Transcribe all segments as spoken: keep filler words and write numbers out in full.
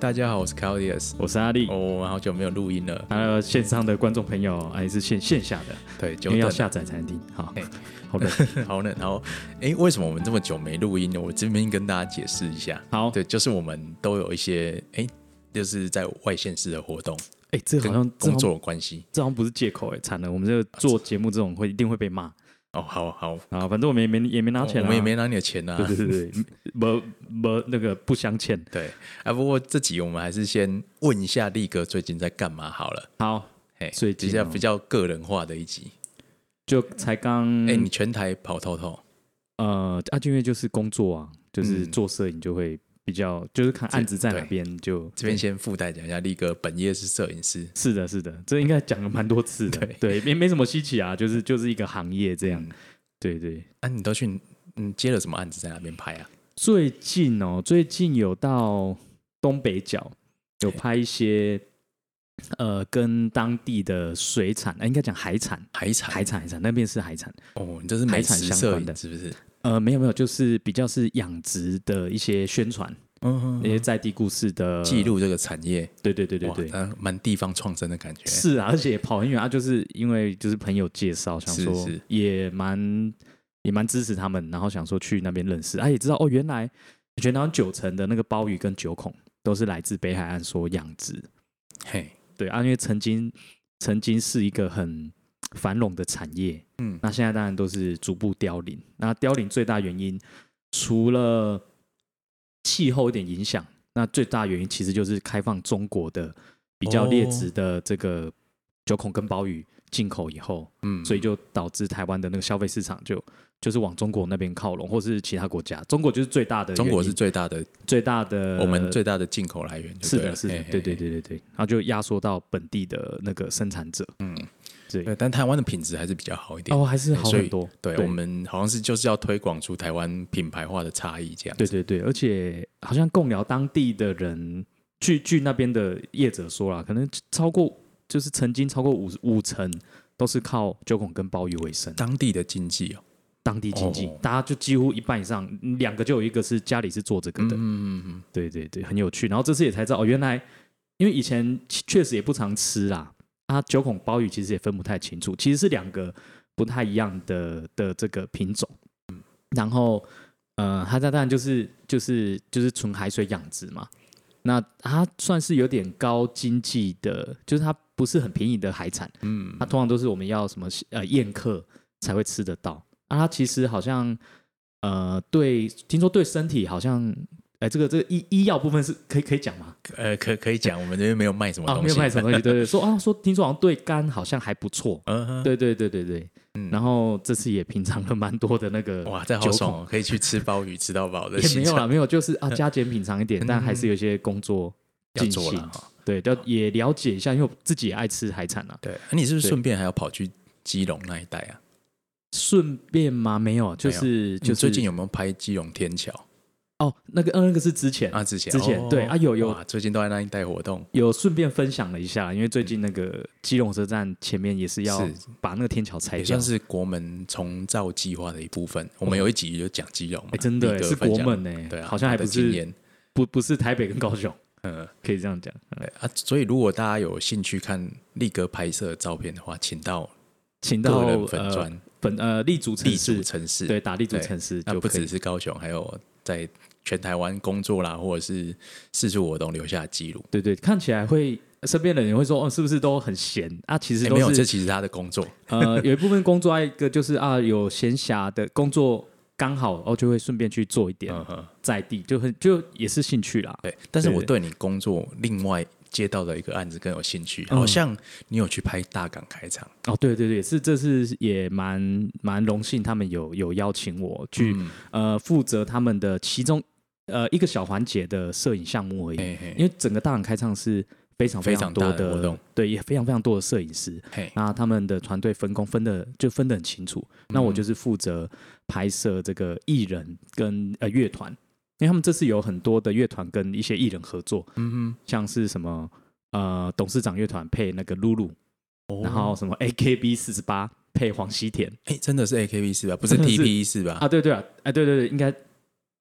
大家好，我是 Claudius， 我是阿力。 哦，我们好久没有录音了。 还有线上的观众朋友，还是线线下的， 对， 因为要下载才能听。好，好冷， 好冷。然后，哎，为什么我们这么久没录音呢？我这边跟大家解释一下。 好， 对，就是我们都有一些，哎，就是在外县市的活动， 哎，这好像工作有关系， 这好像不是借口，哎，惨了，我们这个做节目这种会一定会被骂。 哦，好好啊，反正我们也没也没拿钱、啊哦，我们也没拿你的钱啊。 对对对对，不不那个不相欠。 对啊，不过这集我们还是先问一下力哥最近在干嘛好了。 好， 嘿， 最近、哦、 比较比较个人化的一集， 就才刚哎，你全台跑透透。 呃，啊，就因为就是工作啊，就是做摄影就会。比较就是看案子在哪边，就这边先附带讲一下，力哥本业是摄影师。 是的，是的，这应该讲了蛮多次的。对对，没没什么稀奇啊，就是就是一个行业这样。嗯、对对。 那、啊、你都去嗯接了什么案子在那边拍啊？ 最近哦，最近有到东北角，有拍一些呃跟当地的水产，呃、应该讲海产， 海产海产海产那边是海产。 哦，你这是美食摄影是不是？ 呃，没有没有，就是比较是养殖的一些宣传，嗯，那些在地故事的记录这个产业， 对对对对对， 蛮地方创生的感觉。 是啊，而且跑很远啊，就是因为就是朋友介绍，想说也蛮也蛮支持他们，然后想说去那边认识，啊，也知道哦，原来全台湾九成的那个鲍鱼跟九孔都是来自北海岸所养殖， 嘿， 对啊，因为曾经曾经是一个很繁荣的产业，嗯，那现在当然都是逐步凋零。那凋零最大原因，除了气候有点影响，那最大原因其实就是开放中国的比较劣质的这个九孔跟鲍鱼进口以后，嗯，所以就导致台湾的那个消费市场就就是往中国那边靠拢，或是其他国家。中国就是最大的， 中国是最大的最大的我们最大的进口来源就对了。 是的，是的，嘿嘿嘿对对对对对，然后就压缩到本地的那个生产者，嗯。 对，但台湾的品质还是比较好一点哦，还是好很多。 对，对我们好像是就是要推广出台湾品牌化的差异这样子。 对对对，而且好像贡寮当地的人，据据那边的业者说啦，可能超过就是曾经超过五五成都是靠九孔跟鲍鱼为生。 当地的经济哦， 当地经济，哦、大家就几乎一半以上，两个就有一个是家里是做这个的。嗯嗯嗯，对对对，很有趣。然后这次也才知道哦，原来因为以前确实也不常吃啦。啊，九孔鲍鱼其实也分不太清楚，其实是两个不太一样的的这个品种。嗯、然后，呃，它当然就是就是就是纯海水养殖嘛。那它算是有点高经济的，就是它不是很便宜的海产。嗯，它通常都是我们要什么呃宴客才会吃得到。啊，它其实好像呃对，听说对身体好像。哎，这个这个医医药部分是可以可以讲吗？ 呃，可可以讲，我们这边没有卖什么东西， 啊、没有卖什么东西。对对，说啊说，听说好像对肝好像还不错。嗯哼，对对对对对。嗯，然后这次也品尝了蛮多的那个， 哇，这好爽哦，可以去吃鲍鱼吃到饱的。 也没有啦，没有，就是啊加减品尝一点，但还是有些工作进行。对，要也了解一下，因为我自己也爱吃海产啊。 对，那你是不是顺便还要跑去基隆那一带啊？ 顺便吗？没有，就是就是最近有没有拍基隆天桥？ 哦，那个，呃，那个是之前啊，之前之前、哦、对啊，有有， 最近都在那一带活动， 有顺便分享了一下，因为最近那个基隆车站前面也是要把那个天桥拆掉， 也算是国门重造计划的一部分。我们有一集就讲基隆嘛， 欸、真的是国门哎， 对啊， 好像还不是不不是台北跟高雄，嗯，可以这样讲。 对啊，所以如果大家有兴趣看力哥拍摄的照片的话，请到请到个人粉专。 呃本呃立足城市， 立足城市， 对，打立足城市就可以， 不只是高雄，还有在全台湾工作啦，或者是四处活动留下的记录。 对对，看起来会身边的人会说，哦，是不是都很闲啊？其实都是、 欸、没有，这其实他的工作。 呃，有一部分工作，一个就是啊，有闲暇的工作刚好，哦，就会顺便去做一点在地，就很就也是兴趣啦。 对，但是我对你工作另外接到的一个案子更有兴趣，好像你有去拍大港开场、 嗯、哦，对对对，是这次也蛮蛮荣幸，他们有有邀请我去、嗯、呃负责他们的其中呃一个小环节的摄影项目而已，嘿嘿，因为整个大港开唱是非常非常多 的, 的活动，对，也非常非常多的摄影师，那他们的团队分工分的就分得很清楚，那我就是负责拍摄这个艺人跟呃乐团。因为他们这次有很多的乐团跟一些艺人合作，嗯哼，像是什么呃董事长乐团配那个露露、哦，然后什么 A K B 四十八配黄西田， 哎，真的是 A K B 四吧？不是 T P 是吧？ 啊，对对啊，哎，对对对，应该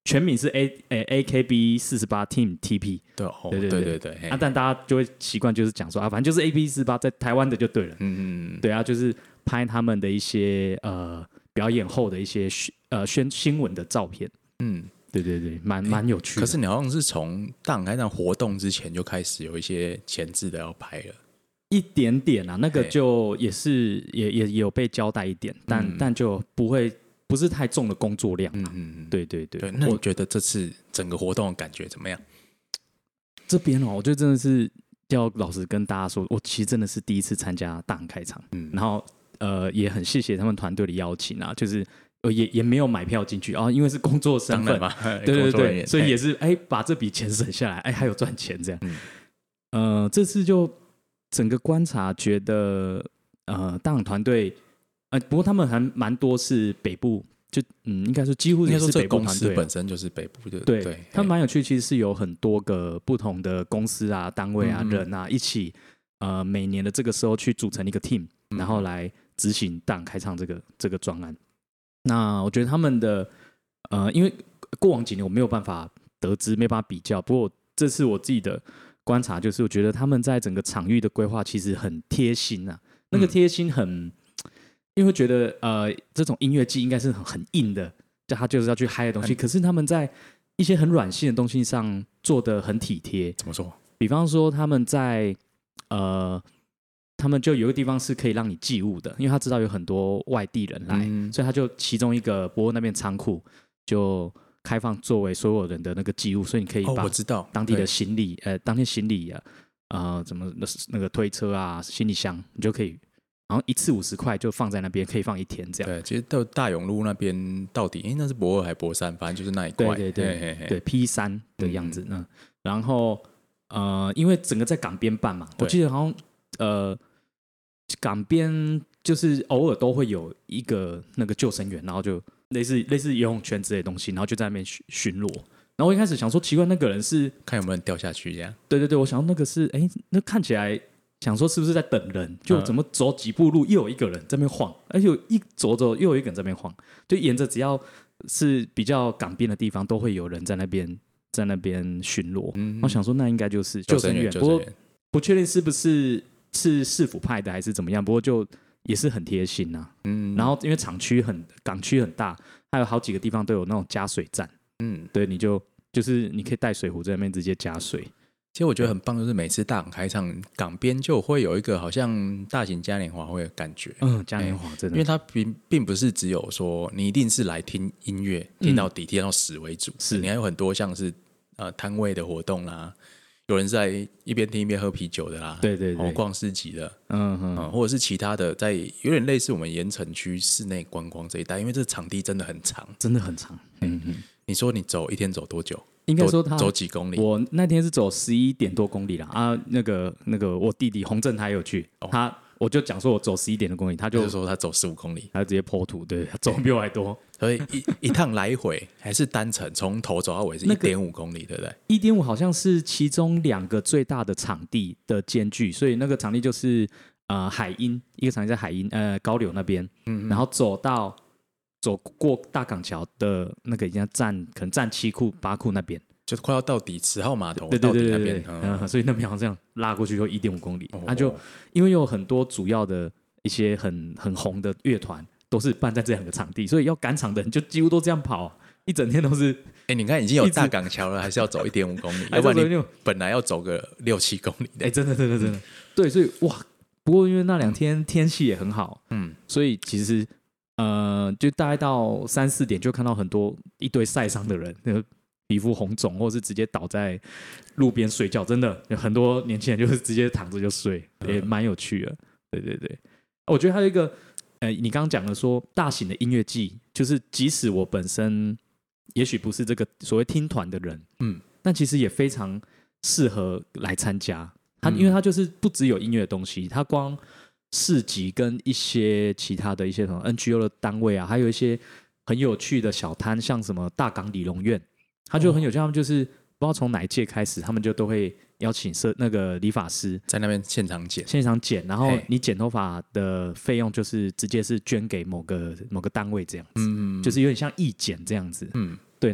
全名是 A 诶 A K B 四十八 Team T P， 对哦， 对对对对对对， 啊，但大家就会习惯就是讲说啊，反正就是 A K B 四十八在台湾的就对了， 嗯嗯， 对啊，就是拍他们的一些呃表演后的一些呃宣新闻的照片， 嗯， 对对对，蛮蛮有趣的。 可是你好像是从大港开唱活动之前就开始有一些前置的要拍了。 一点点啊，那个就也是也也也有被交代一点，但、嗯、但就不会不是太重的工作量。嗯嗯嗯，对对对。 对，那你觉得这次整个活动的感觉怎么样？ 这边哦，我觉得真的是要老实跟大家说，我其实真的是第一次参加大港开场，嗯，然后呃也很谢谢他们团队的邀请啊，就是呃也也没有买票进去啊、哦，因为是工作身份嘛，对对对，所以也是哎把这笔钱省下来，哎还有赚钱这样。嗯、呃，这次就。整个观察觉得，呃，大港团队，呃，不过他们还蛮多是北部，就嗯，应该说几乎也是北部团队， 本身就是北部的， 对， 对他们蛮有趣，其实是有很多个不同的公司啊、单位啊、嗯、人啊一起，呃，每年的这个时候去组成一个 team，、嗯、然后来执行大港开唱这个这个专案。那我觉得他们的，呃，因为过往几年我没有办法得知，没有办法比较，不过这次我自己的。观察就是，我觉得他们在整个场域的规划其实很贴心啊。那个贴心很，嗯、因为会觉得呃，这种音乐季应该是很很硬的，就他就是要去嗨的东西。可是他们在一些很软性的东西上做得很体贴。 怎么说？ 比方说他们在呃，他们就有一个地方是可以让你寄物的，因为他知道有很多外地人来，嗯、所以他就其中一个博尔那边仓库就。开放作为所有人的那个寄物，所以你可以把当地的行李，哦、呃，当天行李啊，呃，怎么那个推车啊，行李箱，你就可以，然后一次五十块就放在那边，可以放一天这样。 对，其实到大勇路那边到底，哎，那是博二还是博三，反正就是那一块。 对对对嘿嘿对 P 三的样子呢、嗯。然后呃，因为整个在港边办嘛，我记得好像呃，港边就是偶尔都会有一个那个救生员，然后就。类似类似游泳圈之类的东西，然后就在那边巡巡逻。然后我一开始想说，奇怪，那个人是看有没有人掉下去这样。 对对对，我想到那个是，哎，那看起来想说是不是在等人？就怎么走几步路，又有一个人在那边晃，而且一走走又有一个人在那边晃，就沿着只要是比较港边的地方，都会有人在那边在那边巡逻。嗯、我想说，那应该就是救生员，不过不确定是不是是市府派的还是怎么样，不过就。也是很贴心呐、啊，嗯，然后因为厂区很港区很大，还有好几个地方都有那种加水站，嗯，对，你就就是你可以带水壶在那边直接加水。 其实我觉得很棒，就是每次大港开唱，港边就会有一个好像大型嘉年华会的感觉， 嗯，嘉年华真的， 因为它并并不是只有说你一定是来听音乐，听到底、嗯、听到死为主，是你还有很多像是呃摊位的活动啦。有人在一边听一边喝啤酒的啦， 对对对， 逛市集的，嗯嗯、呃，或者是其他的，在有点类似我们盐埕区室内观光这一带，因为这场地真的很长， 真的很长。嗯嗯， 你说你走一天走多久？ 应该说他走几公里？ 我那天是走十一点多公里啦。啊，那个那个我弟弟洪正他有去，哦、他我就讲说我走十一点多公里，他就, 就说他走十五公里， 他直接剖土，对，他走比我还多。 所以一一趟来回还是单程，从头走到尾是一点五公里，对不对？ 一点五好像是其中两个最大的场地的间距，所以那个场地就是呃海鹰，一个场地在海鹰呃高柳那边，嗯，然后走到走过大港桥的那个已经站可能站七库八库那边， 就是快要到底十号码头， 对对对对对到底那边， 嗯嗯、所以那边好像这样拉过去就一点五公里，那、哦啊、就因为有很多主要的一些很很红的乐团。都是办在这两个场地，所以要赶场的人就几乎都这样跑，一整天都是。 哎、欸，你看已经有大港桥了，还是要走一点五公里，要不然你本来要走个六七公里。 哎、欸，真的，真的，真的，嗯、对，所以哇，不过因为那两天天气也很好，嗯，所以其实呃，就大概到三四点就看到很多一堆晒伤的人，那个皮肤红肿，或是直接倒在路边睡觉，真的有很多年轻人就是直接躺着就睡，也蛮有趣的。对对对，我觉得还有一个。呃，你刚刚讲的说大型的音乐季，就是即使我本身也许不是这个所谓听团的人，嗯，但其实也非常适合来参加。它、嗯、因为它就是不只有音乐的东西，它光市集跟一些其他的一些什么 N G O 的单位啊，还有一些很有趣的小摊，像什么大港理容院，它就很有趣，他们就是不知道从哪一届开始，他们就都会。邀请设那个理发师在那边现场剪， 现场剪，然后你剪头发的费用就是直接是捐给某个某个单位这样子，嗯，就是有点像义剪这样子，嗯，对。那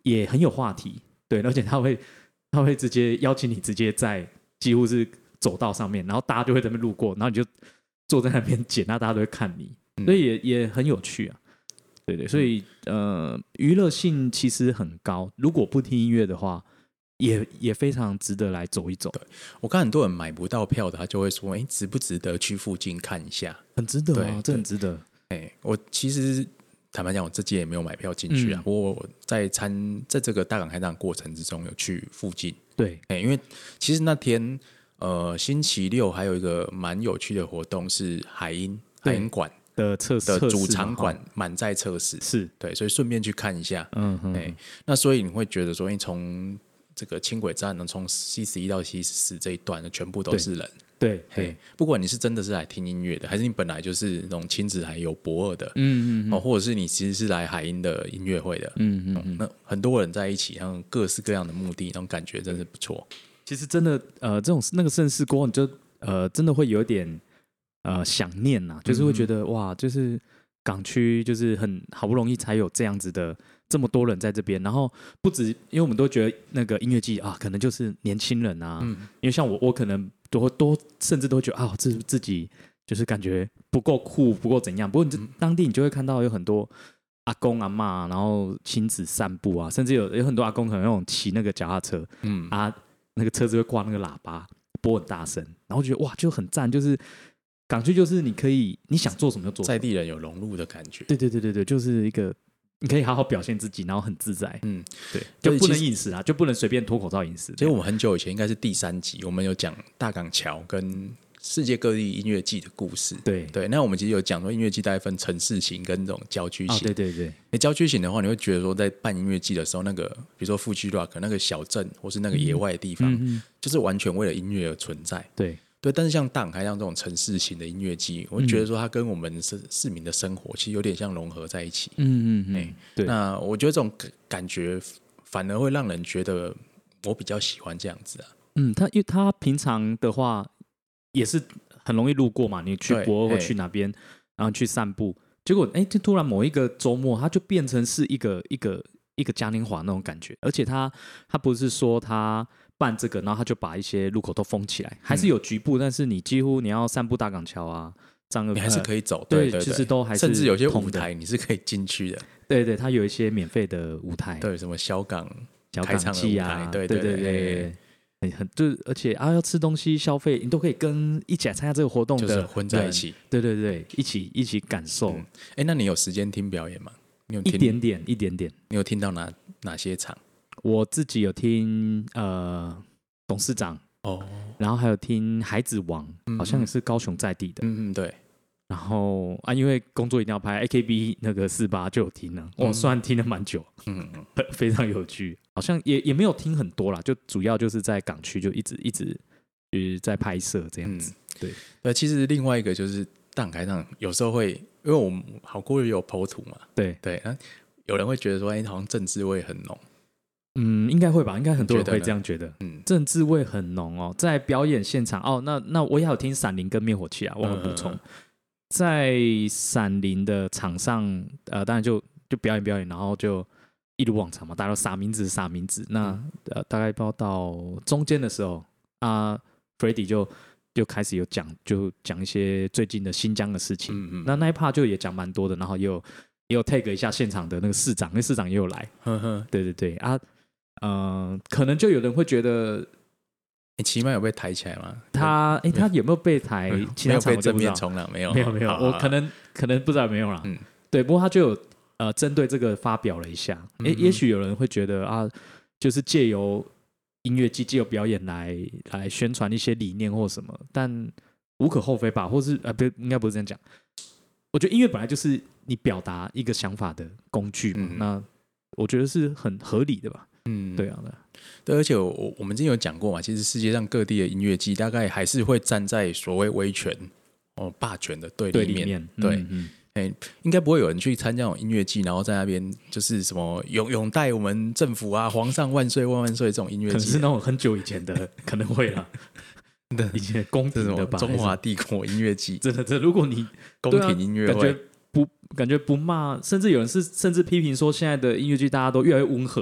也很有话题，对，而且他会他会直接邀请你直接在几乎是走道上面，然后大家就会在那边路过，然后你就坐在那边剪，那大家都会看你，所以也也很有趣啊。对对，所以呃，娱乐性其实很高。如果不听音乐的话，也也非常值得来走一走。 对，我看很多人买不到票的，他就会说：“哎，值不值得去附近看一下？” 很值得啊，这很值得。 哎，我其实坦白讲，我这届也没有买票进去啊。不过、嗯、我在参在这个大港开唱过程之中，有去附近。 对， 哎，因为其实那天呃星期六还有一个蛮有趣的活动是海音海音馆。 的测试的主场馆满载测试是对，所以顺便去看一下。嗯哼，欸、那所以你会觉得说，你从这个轻轨站呢，从 C 十一到 C 十四这一段呢，全部都是人。 对，对， 欸、不管你是真的是来听音乐的，还是你本来就是那种亲子还有博二的， 嗯嗯、 哦，或者是你其实是来海音的音乐会的，嗯嗯、嗯，那很多人在一起，然后各式各样的目的，那种感觉真是不错。 其实真的，呃，这种那个盛世过后，你就呃，真的会有点。呃，想念呐、啊，就是会觉得、嗯、哇，就是港区就是很好不容易才有这样子的这么多人在这边，然后不止，因为我们都觉得那个音乐季啊，可能就是年轻人啊，嗯、因为像我，我可能都都甚至都会觉得啊，自自己就是感觉不够酷，不够怎样。不过你这当地你就会看到有很多阿公阿嬷，然后亲子散步啊，甚至有有很多阿公可能那种骑那个脚踏车，嗯啊，那个车子会挂那个喇叭，播很大声，然后觉得哇，就很赞，就是。港区就是你可以你想做什么就做什么， 在地人有融入的感觉。 对对对对对，就是一个你可以好好表现自己，然后很自在。嗯，对，就不能饮食啊，就不能随便脱口罩饮食。 其实我们很久以前应该是第三集，我们有讲大港桥跟世界各地音乐季的故事。 对对，那我们其实有讲说音乐季大概分城市型跟这种郊区型。 哦、对对对， 你郊区型的话，你会觉得说在办音乐季的时候，那个比如说富区 rock 那个小镇或是那个野外的地方，嗯嗯、就是完全为了音乐而存在。 对。 对，但是像大港开唱这种城市型的音乐季，我会觉得说它跟我们市民的生活其实有点像融合在一起。嗯嗯嗯、欸，对。那我觉得这种感觉反而会让人觉得我比较喜欢这样子啊。 嗯，他因为他平常的话也是很容易路过嘛，你去博尔或去哪边，然后去散步，结果哎，就突然某一个周末，它就变成是一个一个一个嘉年华那种感觉，而且他他不是说他。办这个，然后他就把一些路口都封起来，还是有局部，嗯、但是你几乎你要散步大港桥啊，张二你还是可以走， 对， 对对对， 其实都还是甚至有些舞台你是可以进去的， 对对，它有一些免费的舞台， 对，什么小港小港季啊， 对对对对，很很就而且啊要吃东西消费，你都可以跟一起来参加这个活动的， 就是混在一起， 对对对，一起一起感受。哎、 嗯，那你有时间听表演吗？你有听一点点一点点， 你有听到哪哪些场？ 我自己有听呃。董事长哦，然后还有听海子王，嗯、好像也是高雄在地的， 嗯嗯对。 然后啊，因为工作一定要拍 A K B 那个四八就有听了，我、嗯、虽然听了蛮久，嗯嗯，非常有趣，好像也也没有听很多啦，就主要就是在港区就一直一直就是在拍摄这样子，嗯、对对。其实另外一个就是大港开唱，有时候会因为我们好过日有 P O 图嘛， 对对，啊，有人会觉得说，哎、欸，好像政治味很浓。 嗯，应该会吧，应该很多人会这样觉得。嗯，政治味很浓哦，在表演现场哦，那那我也有听闪灵跟灭火器啊，忘了补充，嗯、在闪灵的场上，呃，当然就就表演表演，然后就一如往常嘛，大家都撒名字撒名字。那、嗯、呃，大概包到中间的时候啊 ，Freddy 就就开始有讲，就讲一些最近的新疆的事情。嗯嗯，那那一 part 就也讲蛮多的，然后也有也有 tag 一下现场的那个市长，因为市长也有来。呵呵，对对对啊。呃，可能就有人会觉得， 你起码有被抬起来吗？ 他，哎、欸，他有没有被抬？其他场我就不知道。 没有被正面冲了，没有， 没有，没有。我可能可能不知道有没有啦。嗯，对。不过他就有呃，针对这个发表了一下。哎、欸，也许有人会觉得啊，就是借由音乐季、借由表演来来宣传一些理念或什么，但无可厚非吧？或是啊，不，应该不是这样讲。我觉得音乐本来就是你表达一个想法的工具嘛，嗯、那我觉得是很合理的吧。嗯，对啊，对， 对，而且我我们之前有讲过嘛，其实世界上各地的音乐季大概还是会站在所谓威权哦霸权的对立面，面对，嗯嗯欸，应该不会有人去参加这种音乐季，然后在那边就是什么拥拥戴我们政府啊，皇上万岁万万岁这种音乐季， 可能是那种很久以前的，可能会啦。以前宫廷的吧， 中华帝国音乐季， 真的，这如果你宫廷音乐会， 感觉不感觉不骂，甚至有人是甚至批评说，现在的音乐剧大家都越来越温和。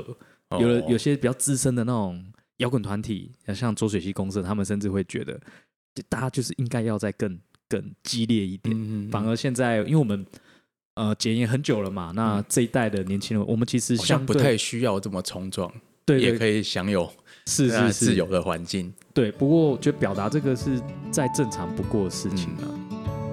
有了有些比较资深的那种摇滚团体，像浊水溪公社，他们甚至会觉得大家就是应该要再更更激烈一点。嗯嗯，反而现在因为我们呃解严很久了嘛，那这一代的年轻人，我们其实相对好像不太需要这么冲撞， 对， 也可以享有是是是自由的环境。 对，不过我觉得表达这个是再正常不过的事情了。嗯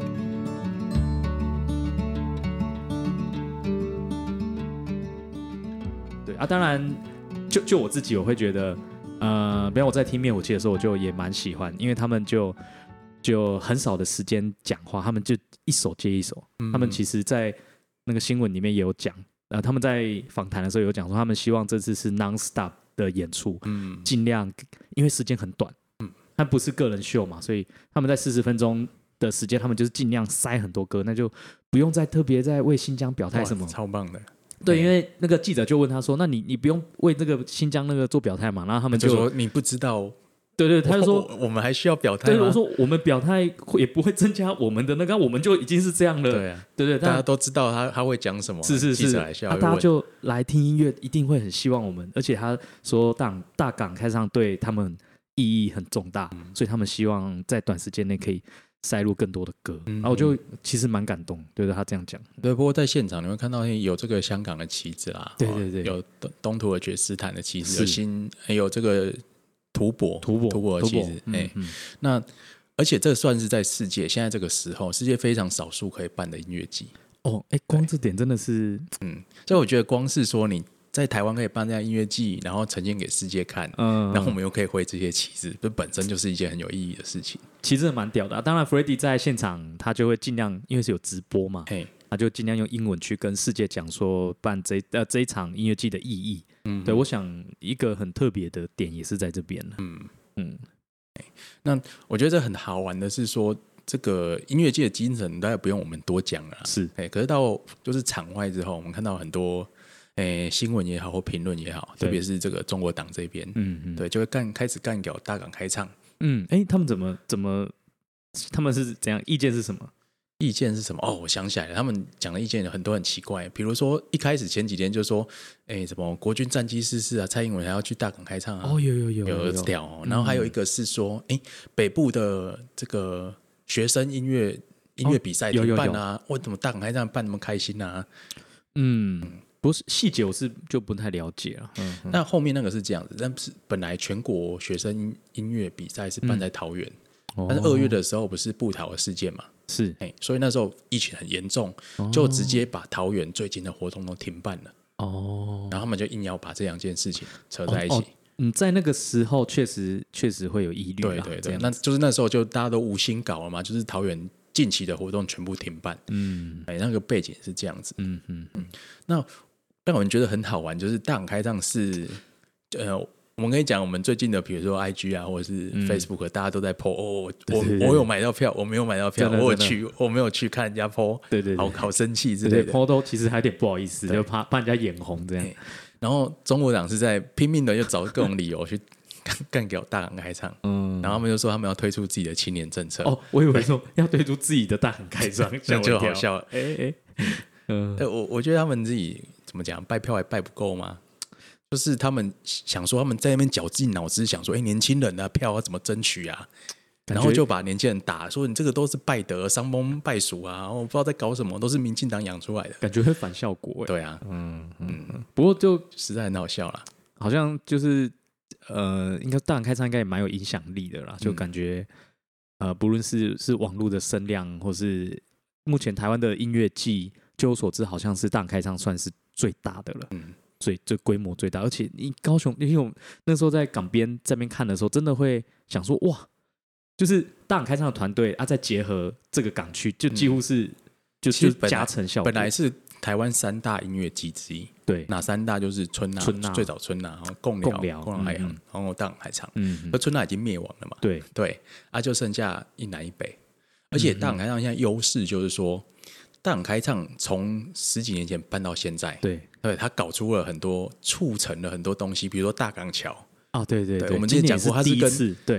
啊，当然，就就我自己，我会觉得，呃，比方我在听灭火器的时候，我就也蛮喜欢，因为他们就就很少的时间讲话，他们就一首接一首。嗯、他们其实，在那个新闻里面也有讲，呃，他们在访谈的时候有讲说，他们希望这次是 non-stop 的演出，嗯，尽量因为时间很短，嗯，它不是个人秀嘛，所以他们在四十分钟的时间，他们就是尽量塞很多歌，那就不用再特别在为新疆表态什么， 超棒的。 对，因为那个记者就问他说：“那你你不用为这个新疆那个做表态嘛？”然后他们 就, 就说：“你不知道。” 对对，他就说：“ 我, 我, 我们还需要表态吗？” 对，我说：“我们表态也不会增加我们的那个，我们就已经是这样了。” 对啊， 对对， 大家都知道他他会讲什么， 是是是， 来下、 啊、大家就来听音乐，一定会很希望我们。而且他说大大港开唱对他们意义很重大，嗯、所以他们希望在短时间内可以塞入更多的歌，嗯、然后我就其实蛮感动，对着他这样讲。 对，不过在现场你会看到有这个香港的旗子啦， 对对对， 有东土尔觉斯坦的旗子，有新有这个吐蕃吐蕃吐蕃的旗子，哎、嗯嗯，那而且这算是在世界现在这个时候，世界非常少数可以办的音乐季哦，哎，光这点真的是， 嗯，所以我觉得光是说你在台湾可以办这样音乐季，然后呈现给世界看，嗯，然后我们又可以挥这些旗帜，这本身就是一件很有意义的事情。 其实蛮屌的、啊，当然 Freddy 在现场他就会尽量，因为是有直播嘛，他就尽量用英文去跟世界讲说办这呃这一场音乐季的意义。嗯，对，我想一个很特别的点也是在这边了。嗯嗯， 那我觉得这很好玩的是说，这个音乐季的精神大概不用我们多讲了， 是， 哎，可是到就是场外之后，我们看到很多。诶，新闻也好，或评论也好，特别是这个中国党这边，嗯嗯，对，就会干开始干掉大港开唱， 嗯，哎，他们怎么怎么，他们是怎样？意见是什么？ 意见是什么？哦，我想起来了，他们讲的意见有很多很奇怪，比如说一开始前几天就说，哎，什么国军战机失事啊，蔡英文还要去大港开唱啊， 哦，有有有有有条、哦，然后还有一个是说，哎、嗯，北部的这个学生音乐音乐比赛停办啊，为什么大港开唱办那么开心啊？ 嗯。不是细节，我是就不太了解了。嗯， 那后面那个是这样子，但是本来全国学生音乐比赛是办在桃园，嗯、但是二月的时候不是布桃的事件嘛， 是， 所以那时候疫情很严重，哦、就直接把桃园最近的活动都停办了。哦，然后他们就硬要把这两件事情扯在一起。哦哦嗯，在那个时候确实确实会有疑虑， 对对对，那就是那时候就大家都无心搞了嘛，就是桃园近期的活动全部停办。嗯，哎，那个背景是这样子。嗯嗯嗯，那。让我们觉得很好玩，就是大港开唱是，呃，我们可以讲我们最近的，比如说 I G 啊，或者是 Facebook，、嗯、大家都在 po， 哦，我我有买到票，我没有买到票，我有去，我没有去看人家 po， 对对对， 好好生气之类的 ，po 都其实还有点不好意思，就怕怕人家眼红这样。 然后中国党是在拼命的又找各种理由去干掉大港开唱，嗯，然后他们就说他们要推出自己的青年政策。 哦，我以为说要推出自己的大港开唱， 这样就好笑了。 哎哎， 嗯，我我觉得他们自己。怎么讲？拜票还拜不够吗？就是他们想说，他们在那边绞尽脑汁想说，哎、欸，年轻人的、啊、票要怎么争取啊？然后就把年轻人打，说你这个都是拜德、伤风败俗啊！我不知道在搞什么，都是民进党养出来的， 感觉会反效果、欸。 对啊，嗯嗯， 不过就实在很好笑啦， 好像就是呃，应该大港开唱应该也蛮有影响力的啦，就感觉、嗯、呃，不论是是网络的声量，或是目前台湾的音乐季，据我所知，好像是大港开唱算是。最大的了，嗯，最最规模最大，而且你高雄，因为我那时候在港边这边看的时候，真的会想说，哇，就是大港开唱的团队啊，再结合这个港区，就几乎是、嗯、就就加成效果。 本来是台湾三大音乐季之一， 对， 哪三大就是春吶、啊，最早春吶、啊，然后贡寮、贡寮海洋，嗯、然后大港开唱，嗯，而春吶已经灭亡了嘛， 对对，啊，就剩下一南一北，而且大港开唱现在优势就是说。大港开唱从十几年前办到现在， 对对，他搞出了很多，促成了很多东西，比如说大港桥啊、哦，对对 对, 对，我们之前讲过，他是跟对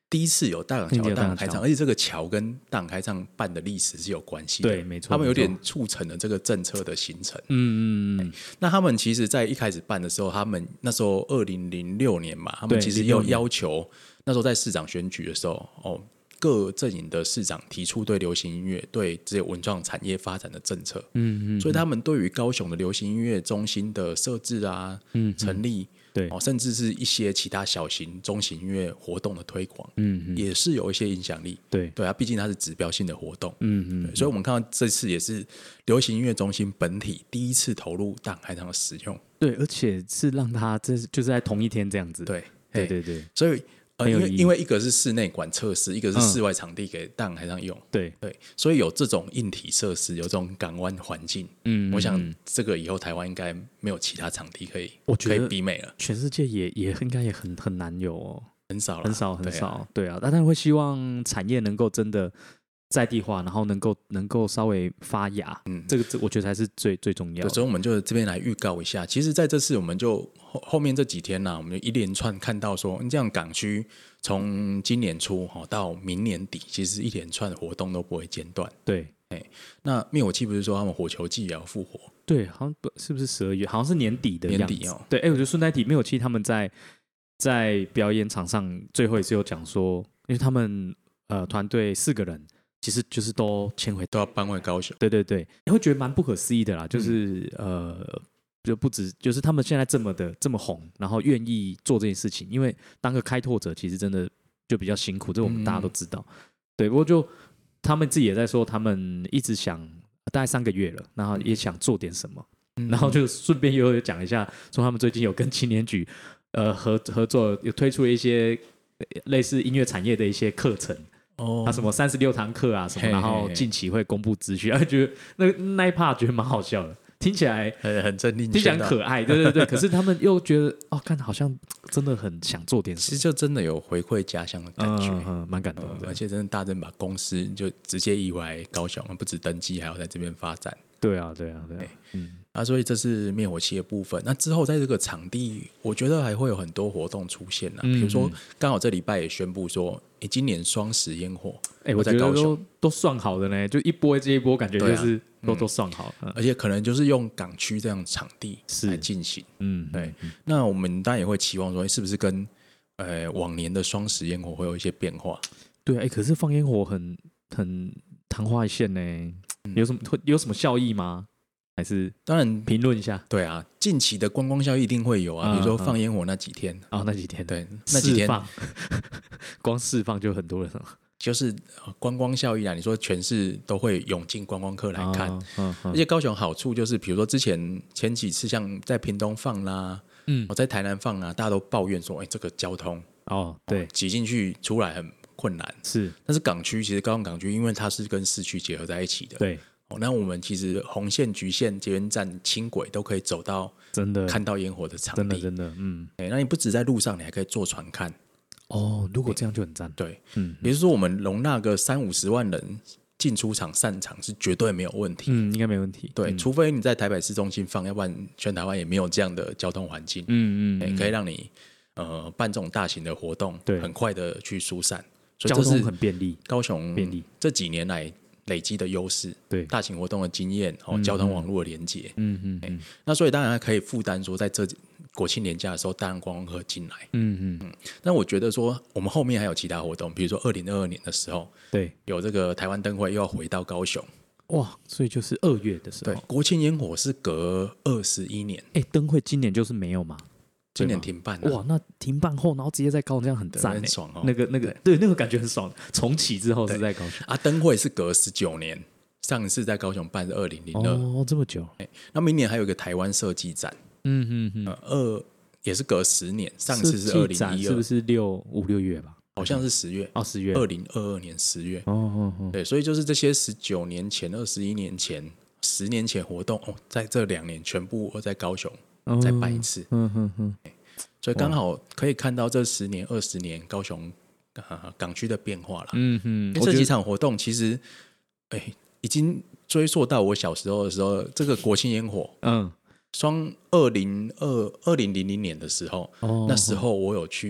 第一次有大港桥大港开唱，而且这个桥跟大港开唱办的历史是有关系的。 对，没错， 他们有点促成了这个政策的形成。 嗯嗯嗯。 那他们其实，在一开始办的时候，他们那时候二零零六年嘛，他们其实有要求，那时候在市长选举的时候，哦，各阵营的市长提出对流行音乐、对这些文创产业发展的政策。嗯嗯。所以他们对于高雄的流行音乐中心的设置啊、嗯、成立。对、哦，甚至是一些其他小型、中型音乐活动的推广，嗯，也是有一些影响力。对，对啊，毕竟它是指标性的活动，嗯嗯，所以我们看到这次也是流行音乐中心本体第一次投入大港开唱的使用。 对，而且是让它这就是在同一天这样子。 对， 对对对， 所以。呃、因为因为一个是室内馆测试，一个是室外场地给大港开唱用，嗯、对对，所以有这种硬体设施，有这种港湾环境，嗯，我想这个以后台湾应该没有其他场地可以，我觉得可以比美了。 全世界也也应该也很很难有哦， 很少很少很少，对啊，但是会希望产业能够真的在地化，然后能够能够稍微发芽，嗯，这个这我觉得才是最最重要的。 所以我们就这边来预告一下，其实在这次我们就 后, 后面这几天呢、啊，我们就一连串看到说，这样港区从今年初到明年底，其实一连串的活动都不会间断。 对， 哎，那灭火器不是说他们火球季也要复活？ 对，好像是不是十二月？好像是年底的样子。 年底哦。 对，哎，我觉得顺带提，灭火器他们在在表演场上最后也是有讲说，因为他们呃团队四个人。其实就是都迁回都要搬回高雄， 对对对，你会觉得蛮不可思议的啦。就是、嗯、呃，就不止就是他们现在这么的这么红，然后愿意做这件事情，因为当个开拓者其实真的就比较辛苦，这我们大家都知道。嗯、对，不过就他们自己也在说，他们一直想大概三个月了，然后也想做点什么，嗯、然后就顺便又有讲一下，说他们最近有跟青年局呃合合作，有推出了一些类似音乐产业的一些课程。哦，他什么三十六堂课啊什么，嘿嘿嘿，然后近期会公布资讯，啊，觉得那那一 part 觉得蛮好笑的，听起来很很镇定， 听起来很可爱，对对对。可是他们又觉得哦，看好像真的很想做点事， 其实就真的有回馈家乡的感觉， 嗯嗯，蛮感动的、 呃。而且真的大正把公司就直接移回来高雄，不止登记，还要在这边发展。 对啊，对啊，对啊， 嗯。啊，所以这是灭火器的部分。那之后在这个场地，我觉得还会有很多活动出现啊。嗯、比如说，刚好这礼拜也宣布说，欸、今年双十烟火， 哎、欸，我觉得都都算好的呢，就一波接一波，感觉就是、啊嗯、都都算好、嗯。 而且可能就是用港区这样的场地来进行。嗯，对。嗯、那我们当然也会期望说，是不是跟呃往年的双十烟火会有一些变化？ 对啊，哎、欸，可是放烟火很很昙花一现呢，嗯、有什么有什么效益吗？还是当然评论一下， 对啊，近期的观光效益一定会有啊，嗯、比如说放烟火那几天哦，那几天对，那几天光释放就很多人了， 就是观光效益啊。你说全市都会涌进观光客来看，哦嗯嗯、而且高雄好处就是，比如说之前前几次像在屏东放啦，嗯，在台南放啊，大家都抱怨说，哎、欸，这个交通哦，对， 挤进去出来很困难， 是。 但是港区其实高雄港区，因为它是跟市区结合在一起的， 对。 哦，那我们其实红线、橘线、捷运站、轻轨都可以走到， 真的看到烟火的场地， 真的真的，嗯， 欸、那你不止在路上，你还可以坐船看。 哦，如果这样就很赞。 对，嗯，也就是说，我们容纳个三五十万人进出场散场是绝对没有问题， 嗯，应该没问题。 对， 嗯、 除非你在台北市中心放，要不然全台湾也没有这样的交通环境， 嗯嗯、 欸，可以让你呃办这种大型的活动，对，很快的去疏散， 所以这是交通很便利， 高雄便利这几年来累积的优势， 对大型活动的经验，哦，交通网络的连接， 嗯嗯、 欸，那所以当然还可以负担说，在这国庆年假的时候，大量观光客进来， 嗯嗯嗯。 那我觉得说，我们后面还有其他活动，比如说二零二二年的时候， 对， 有这个台湾灯会又要回到高雄， 哇，所以就是二月的时候， 对，国庆烟火是隔二十一年， 哎、欸，灯会今年就是没有嘛？ 今年停办了， 哇，那停办后，然后直接在高雄，这样很赞， 很爽哦。 那个那个，对，那个感觉很爽。重启之后是在高雄啊，灯会是隔十九年，上一次在高雄办是二零零二， 哦，这么久。 欸、那明年还有一个台湾设计展， 嗯嗯嗯， 呃，二也是隔十年，上一次是二零一二， 是不是六五六月吧？ 好像是十月， 哦，十月， 二零二二年十月。 哦哦哦， 对，所以就是这些十九年前、二十一年前、十年前活动，哦，在这两年全部在高雄、哦、再办一次。 嗯哼哼。 所以刚好可以看到这十年、二十年高雄、呃、港区的变化了。 嗯哼， 因为这几场活动其实，哎，已经追溯到我小时候的时候，这个国庆烟火，嗯，双二零二二零零零年的时候，哦，那时候我有去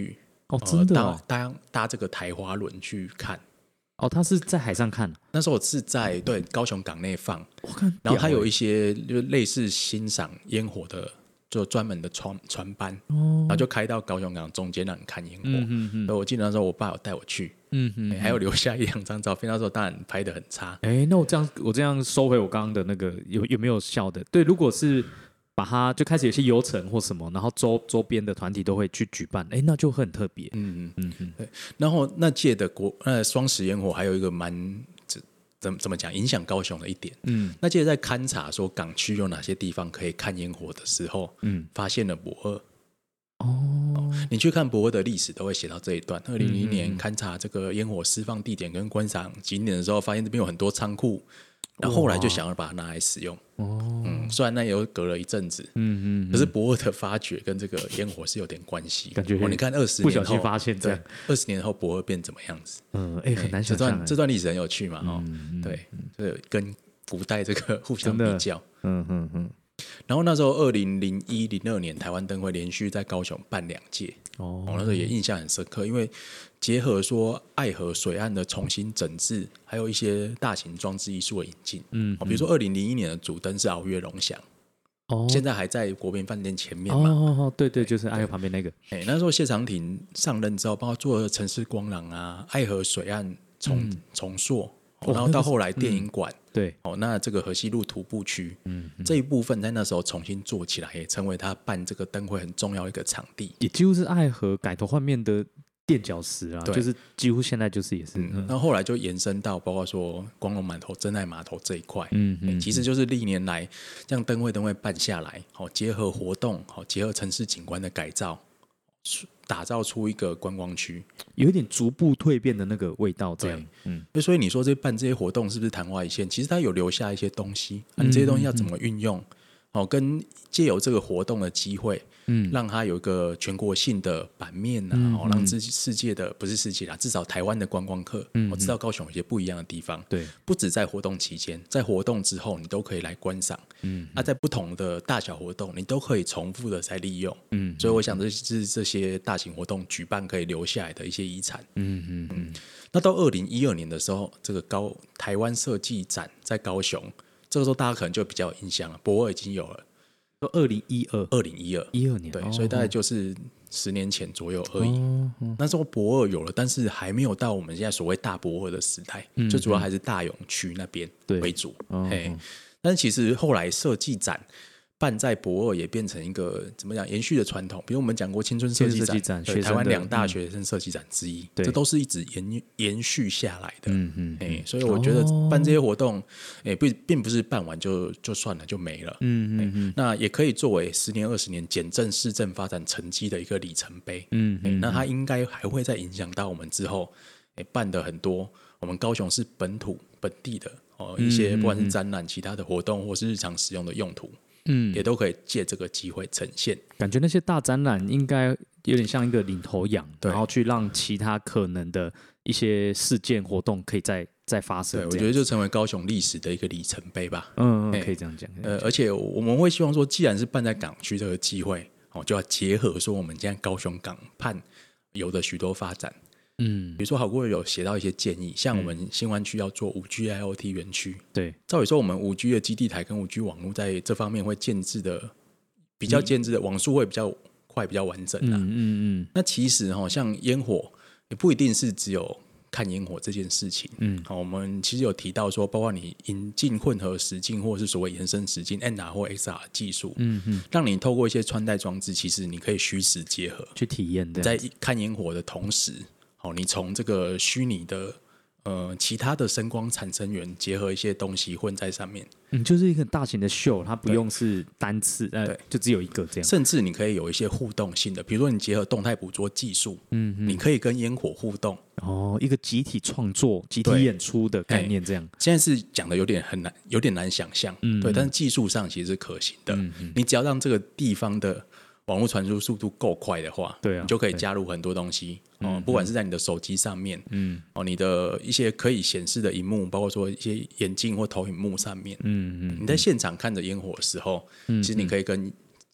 哦，真的哦， 呃、搭搭搭这个台华轮去看。 哦，他是在海上看、啊， 那时候我是在对高雄港内放， 我看， 然后他有一些就类似欣赏烟火的，就专门的船船班，哦，然后就开到高雄港中间让你看烟火。嗯嗯嗯，所以我记得那时候我爸有带我去，嗯嗯、欸，还有留下一两张照片。那时候当然拍得很差。 哎、欸，那我这样我这样收回我刚刚的那个有有没有效的？对，如果是把它就开始有些游程或什么，然后周周边的团体都会去举办，哎，那就会很特别。嗯嗯嗯，对。然后那届的国呃双十烟火还有一个蛮怎么怎么讲影响高雄的一点，嗯，那届在勘察说港区有哪些地方可以看烟火的时候，嗯，发现了駁二。哦，你去看駁二的历史都会写到这一段。二零零零年勘察这个烟火释放地点跟观赏景点的时候，发现这边有很多仓库。然后后来就想要把它拿来使用，哦，嗯，虽然那也有隔了一阵子，嗯嗯，可是駁二的发掘跟这个烟火是有点关系， 感觉、 哦、你看二十年后不小心发现这样， 二十年后駁二变怎么样子？ 嗯，哎、欸，很难想象、欸， 这段这段历史很有趣嘛，哦，嗯、对，对，跟古代这个互相比较，嗯嗯嗯。然后那时候二零零一、零二年台湾灯会连续在高雄办两届，哦，那时候也印象很深刻，因为结合说爱河水岸的重新整治，还有一些大型装置艺术的引进，嗯，比如说二零零一年的主灯是鳌月龙翔，哦，现在还在国宾饭店前面嘛， 哦哦，对对，就是爱河旁边那个， 哎，那时候谢长廷上任之后，包括做城市光廊啊，爱河水岸重、嗯、重塑。然后到后来电影馆、嗯， 对， 哦，那这个河西路徒步区，嗯，这一部分在那时候重新做起来，也成为他办这个灯会很重要的一个场地， 也几乎是爱河改头换面的垫脚石啊，就是几乎现在就是也是，嗯， 那、嗯、后来就延伸到包括说光荣码头、真爱码头这一块，嗯嗯，其实就是历年来让灯会灯会办下来，好结合活动，好结合城市景观的改造。打造出一个观光区， 有一点逐步蜕变的那个味道，这样， 嗯，所以你说这办这些活动是不是昙花一现？其实它有留下一些东西，啊、你这些东西要怎么运用？哦，跟借由这个活动的机会，嗯，让它有一个全国性的版面啊，嗯、哦，让世界的不是世界啦，至少台湾的观光客，嗯，我知道高雄有些不一样的地方， 对， 不止在活动期间，在活动之后你都可以来观赏，嗯，那、啊、在不同的大小活动，你都可以重复的再利用，嗯，所以我想这是这些大型活动举办可以留下来的一些遗产，嗯嗯嗯。那到二零一二年的时候，这个高台湾设计展在高雄。这个时候大家可能就比较有印象了，駁二已经有了， 二零一二， 二零一二， 一二年， 对， 哦、 所以大概就是十年前左右而已。哦哦、那时候駁二有了，但是还没有到我们现在所谓大駁二的时代，嗯、最主要还是大勇区那边为主。哦哦、但是其实后来设计展办在駁二也变成一个怎么讲延续的传统，比如我们讲过青春设计展，对台湾两大学生设计展之一，嗯、这都是一直延延续下来的。嗯嗯欸，所以我觉得办这些活动，欸、不并不是办完就就算了就没了。嗯嗯嗯，那也可以作为十年二十年检证市政发展成绩的一个里程碑。嗯嗯，欸，那它应该还会再影响到我们之后，欸、办的很多我们高雄市本土本地的哦一些不管是展览、其他的活动或是日常使用的用途。嗯，也都可以借这个机会呈现。 感觉那些大展览应该有点像一个领头羊，然后去让其他可能的一些事件活动可以再再发生。 对，我觉得就成为高雄历史的一个里程碑吧。 嗯，可以这样讲。 呃，而且我们会希望说，既然是办在港区这个机会，哦，就要结合说我们现在高雄港畔有的许多发展。嗯，比如说好过有写到一些建议，像我们新湾区要做 五 G I O T 园区， 对， 照理说我们 五 G 的基地台跟 五 G 网络在这方面会建制的比较建制的网速会比较快、比较完整啊。嗯嗯嗯。那其实哈，像烟火也不一定是只有看烟火这件事情。嗯，好，我们其实有提到说，包括你引进混合实境或者是所谓延伸实境 N R 或 X R 技术，嗯嗯，让你透过一些穿戴装置，其实你可以虚实结合去体验， 在看烟火的同时。好，你从这个虚拟的呃其他的声光产生源结合一些东西混在上面， 嗯，就是一个大型的秀，它不用是单次，呃，就只有一个这样。 甚至你可以有一些互动性的，比如说你结合动态捕捉技术，嗯，你可以跟烟火互动， 哦，一个集体创作、集体演出的概念这样。 现在是讲的有点很难，有点难想象，嗯，对，但是技术上其实是可行的。嗯嗯，你只要让这个地方的网络传输速度够快的话，对啊，你就可以加入很多东西。哦，不管是在你的手机上面，嗯，哦，你的一些可以显示的萤幕，包括说一些眼镜或投影幕上面，嗯嗯，你在现场看着烟火的时候，嗯，其实你可以跟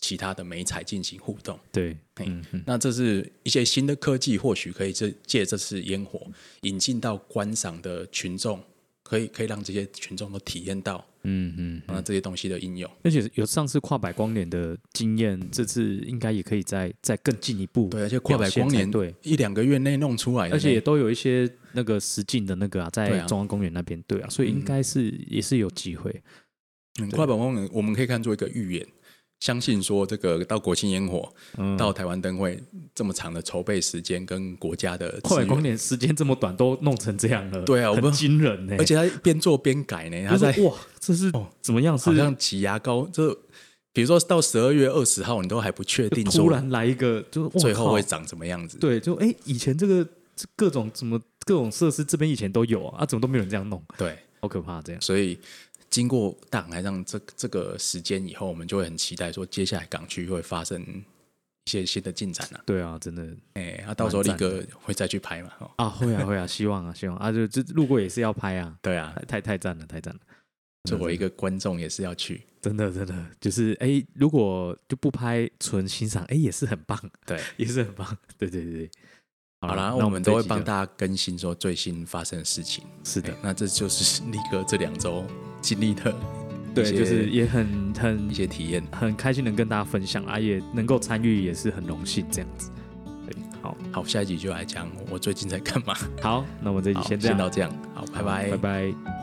其他的媒材进行互动。 对，嗯嗯， 那这是一些新的科技，或许可以借这次烟火引进到观赏的群众，可以可以让这些群众都体验到。嗯嗯，那这些东西的应用， 而且有上次跨百光年的经验，这次应该也可以再再更进一步。 对，而且跨百光年对一两个月内弄出来的， 而且也都有一些那个实境的那个啊，在中央公园那边，对啊，所以应该是、嗯、也是有机会。 嗯，跨百光年我们可以看作一个预演。相信说这个到国庆烟火、嗯、到台湾灯会这么长的筹备时间跟国家的跨百光年时间这么短都弄成这样了， 对啊， 很惊人呢、欸。 而且他边做边改呢，他在哇，这是怎么样？ 好像挤牙膏，就比如说到十二月二十号，你都还不确定， 突然来一个，就最后会长什么样子？ 对，就哎、欸，以前这个各种什么各种设施这边以前都有啊，啊，怎么都没有人这样弄？ 对， 好可怕这样。 所以。经过大港开唱这这个时间以后，我们就会很期待说，接下来港区会发生一些新的进展啊。 对啊，真的， 哎、欸，啊，到时候立哥会再去拍嘛？哦、 啊，会啊，会啊，希望啊，希望啊，就就路过也是要拍啊。 对啊， 太太赞了，太赞了。 作为一个观众也是要去， 真的真的，就是哎、欸，如果就不拍纯欣赏，哎、欸，也是很棒， 对， 也是很棒，对对对对。 好啦，那我们都会帮大家更新说最新发生的事情。 是的， 那这就是立哥这两周经历的， 对，就是也很很一些体验， 很开心能跟大家分享啊，也能够参与，也是很荣幸这样子。对，好， 好，下一集就来讲我最近在干嘛。 好，那我们这集先这样， 先到这样，好，拜拜， 拜拜。